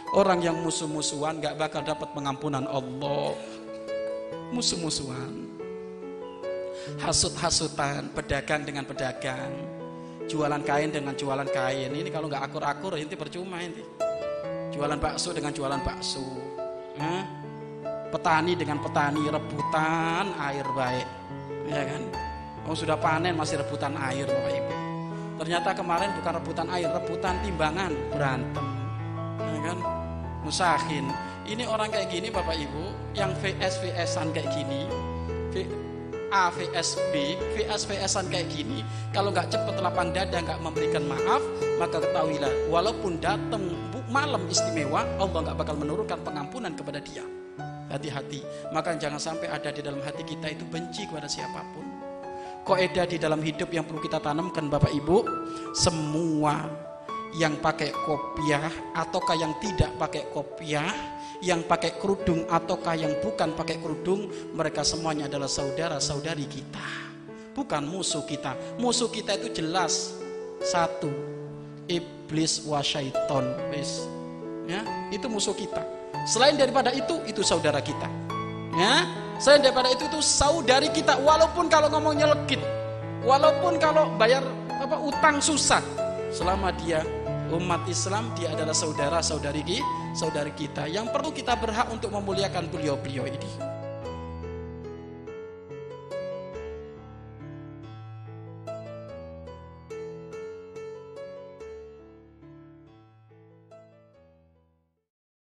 Orang yang musuh-musuhan gak bakal dapat pengampunan Allah. Musuh-musuhan, hasut-hasutan, pedagang dengan pedagang, jualan kain dengan jualan kain. Ini kalau nggak akur-akur inti percuma inti. Jualan bakso dengan jualan bakso, petani dengan petani rebutan air baik, ya kan? Oh sudah panen masih rebutan air Bapak Ibu. Ternyata kemarin bukan rebutan air, rebutan timbangan, berantem, ya kan? Musahin. Ini orang kayak gini Bapak Ibu, yang VS-VS-an kayak gini, A vs B, VS-VS-an kayak gini, kalau nggak cepet lapang dada, nggak memberikan maaf, maka ketahuilah, walaupun datang malam istimewa, Allah nggak bakal menurunkan pengampunan kepada dia. Hati-hati, maka jangan sampai ada di dalam hati kita itu benci kepada siapapun. Kaidah di dalam hidup yang perlu kita tanamkan Bapak Ibu, semua yang pakai kopiah ataukah yang tidak pakai kopiah, yang pakai kerudung ataukah yang bukan pakai kerudung, mereka semuanya adalah saudara-saudari kita, bukan musuh kita. Musuh kita itu jelas satu, iblis wa syaiton, ya, itu musuh kita. Selain daripada itu saudara kita, ya. Selain daripada itu saudari kita, walaupun kalau ngomongnya legit, walaupun kalau bayar utang susah, selama dia umat Islam, dia adalah saudara-saudari kita yang perlu kita berhak untuk memuliakan beliau-beliau ini.